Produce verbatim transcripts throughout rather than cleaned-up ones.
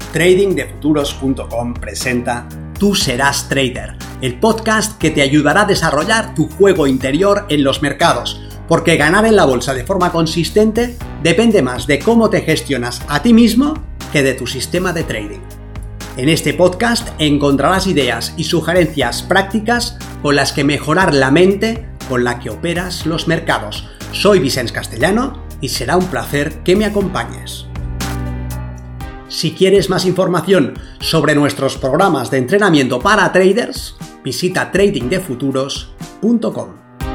trading de futuros punto com presenta Tú serás trader, el podcast que te ayudará a desarrollar tu juego interior en los mercados, porque ganar en la bolsa de forma consistente depende más de cómo te gestionas a ti mismo que de tu sistema de trading. En este podcast encontrarás ideas y sugerencias prácticas con las que mejorar la mente con la que operas los mercados. Soy Vicens Castellano y será un placer que me acompañes. Si quieres más información sobre nuestros programas de entrenamiento para traders, visita trading de futuros punto com.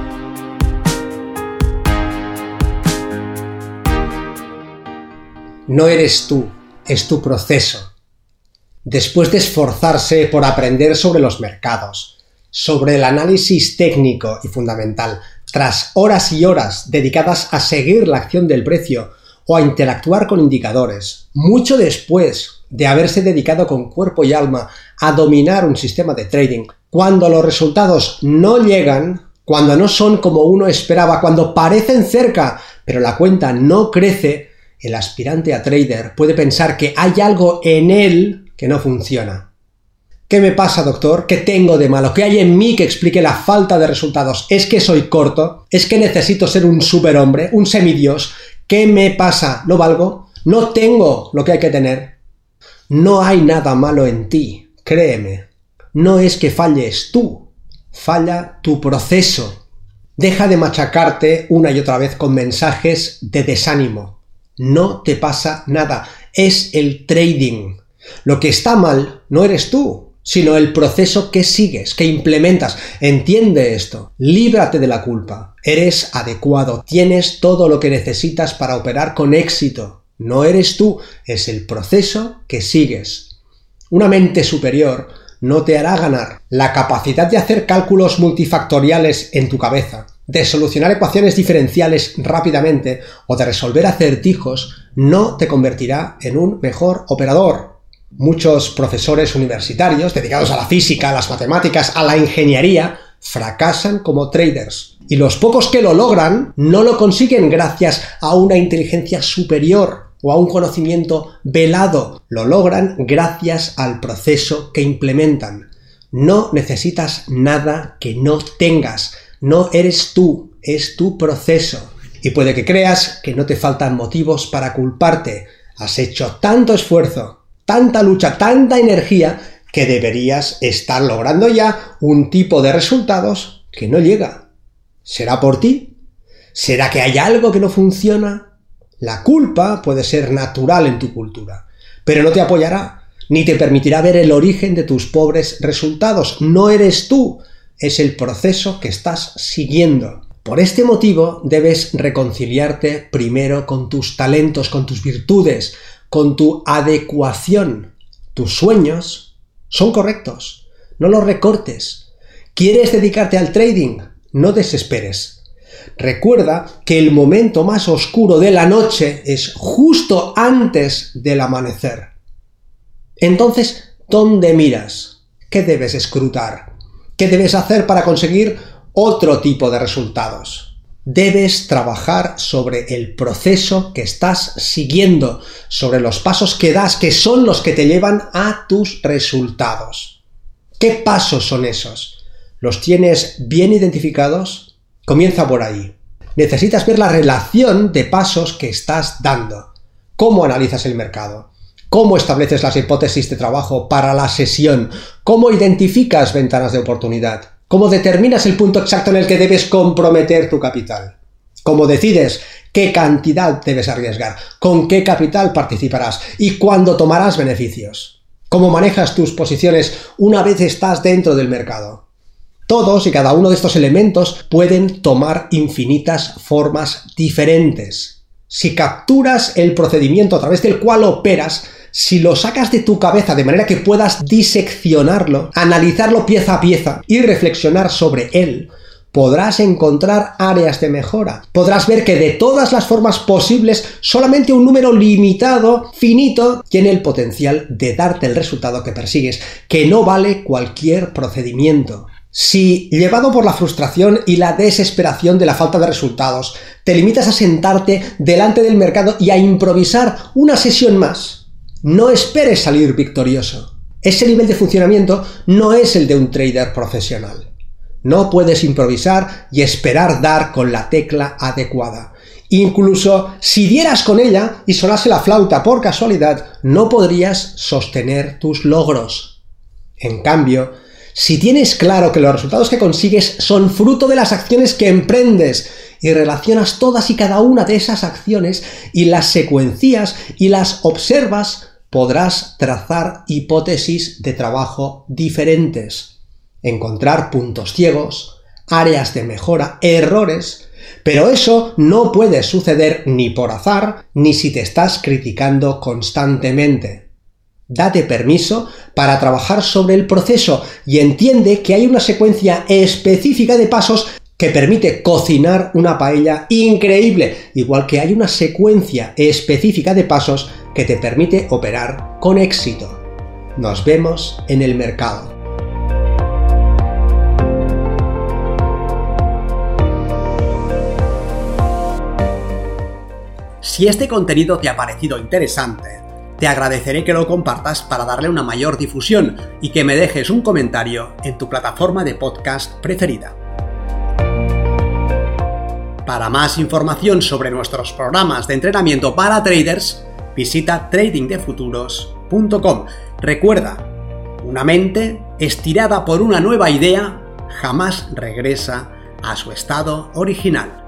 No eres tú, es tu proceso. Después de esforzarse por aprender sobre los mercados, sobre el análisis técnico y fundamental, tras horas y horas dedicadas a seguir la acción del precio o a interactuar con indicadores, mucho después de haberse dedicado con cuerpo y alma a dominar un sistema de trading, cuando los resultados no llegan, cuando no son como uno esperaba, cuando parecen cerca, pero la cuenta no crece, el aspirante a trader puede pensar que hay algo en él que no funciona. ¿Qué me pasa, doctor? ¿Qué tengo de malo? ¿Qué hay en mí que explique la falta de resultados? ¿Es que soy corto? ¿Es que necesito ser un superhombre? ¿Un semidios? ¿Qué me pasa? ¿No valgo? ¿No tengo lo que hay que tener? No hay nada malo en ti, créeme. No es que falles tú, falla tu proceso. Deja de machacarte una y otra vez con mensajes de desánimo. No te pasa nada, es el trading. Lo que está mal no eres tú, sino el proceso que sigues, que implementas. Entiende esto, líbrate de la culpa. Eres adecuado, tienes todo lo que necesitas para operar con éxito. No eres tú, es el proceso que sigues. Una mente superior no te hará ganar. La capacidad de hacer cálculos multifactoriales en tu cabeza, de solucionar ecuaciones diferenciales rápidamente o de resolver acertijos no te convertirá en un mejor operador. Muchos profesores universitarios dedicados a la física, a las matemáticas, a la ingeniería, fracasan como traders. Y los pocos que lo logran no lo consiguen gracias a una inteligencia superior o a un conocimiento velado. Lo logran gracias al proceso que implementan. No necesitas nada que no tengas. No eres tú, es tu proceso. Y puede que creas que no te faltan motivos para culparte. Has hecho tanto esfuerzo, tanta lucha, tanta energía, que deberías estar logrando ya un tipo de resultados que no llega. ¿Será por ti? ¿Será que hay algo que no funciona? La culpa puede ser natural en tu cultura, pero no te apoyará, ni te permitirá ver el origen de tus pobres resultados. No eres tú, es el proceso que estás siguiendo. Por este motivo debes reconciliarte primero con tus talentos, con tus virtudes, con tu adecuación. Tus sueños son correctos, no los recortes. ¿Quieres dedicarte al trading? No desesperes. Recuerda que el momento más oscuro de la noche es justo antes del amanecer. Entonces, ¿dónde miras? ¿Qué debes escrutar? ¿Qué debes hacer para conseguir otro tipo de resultados? Debes trabajar sobre el proceso que estás siguiendo, sobre los pasos que das, que son los que te llevan a tus resultados. ¿Qué pasos son esos? ¿Los tienes bien identificados? Comienza por ahí. Necesitas ver la relación de pasos que estás dando. ¿Cómo analizas el mercado? ¿Cómo estableces las hipótesis de trabajo para la sesión? ¿Cómo identificas ventanas de oportunidad? ¿Cómo determinas el punto exacto en el que debes comprometer tu capital? ¿Cómo decides qué cantidad debes arriesgar? ¿Con qué capital participarás? ¿Y cuándo tomarás beneficios? ¿Cómo manejas tus posiciones una vez estás dentro del mercado? Todos y cada uno de estos elementos pueden tomar infinitas formas diferentes. Si capturas el procedimiento a través del cual operas, si lo sacas de tu cabeza de manera que puedas diseccionarlo, analizarlo pieza a pieza y reflexionar sobre él, podrás encontrar áreas de mejora. Podrás ver que de todas las formas posibles, solamente un número limitado, finito, tiene el potencial de darte el resultado que persigues, que no vale cualquier procedimiento. Si, llevado por la frustración y la desesperación de la falta de resultados, te limitas a sentarte delante del mercado y a improvisar una sesión más, No esperes salir victorioso. Ese nivel de funcionamiento no es el de un trader profesional. No puedes improvisar y esperar dar con la tecla adecuada. Incluso si dieras con ella y sonase la flauta por casualidad, no podrías sostener tus logros. En cambio, si tienes claro que los resultados que consigues son fruto de las acciones que emprendes y relacionas todas y cada una de esas acciones y las secuencias y las observas, podrás trazar hipótesis de trabajo diferentes, encontrar puntos ciegos, áreas de mejora, errores, pero eso no puede suceder ni por azar ni si te estás criticando constantemente. Date permiso para trabajar sobre el proceso y entiende que hay una secuencia específica de pasos que permite cocinar una paella increíble, igual que hay una secuencia específica de pasos que te permite operar con éxito. Nos vemos en el mercado. Si este contenido te ha parecido interesante, te agradeceré que lo compartas para darle una mayor difusión y que me dejes un comentario en tu plataforma de podcast preferida. Para más información sobre nuestros programas de entrenamiento para traders, visita trading de futuros punto com. Recuerda, una mente estirada por una nueva idea jamás regresa a su estado original.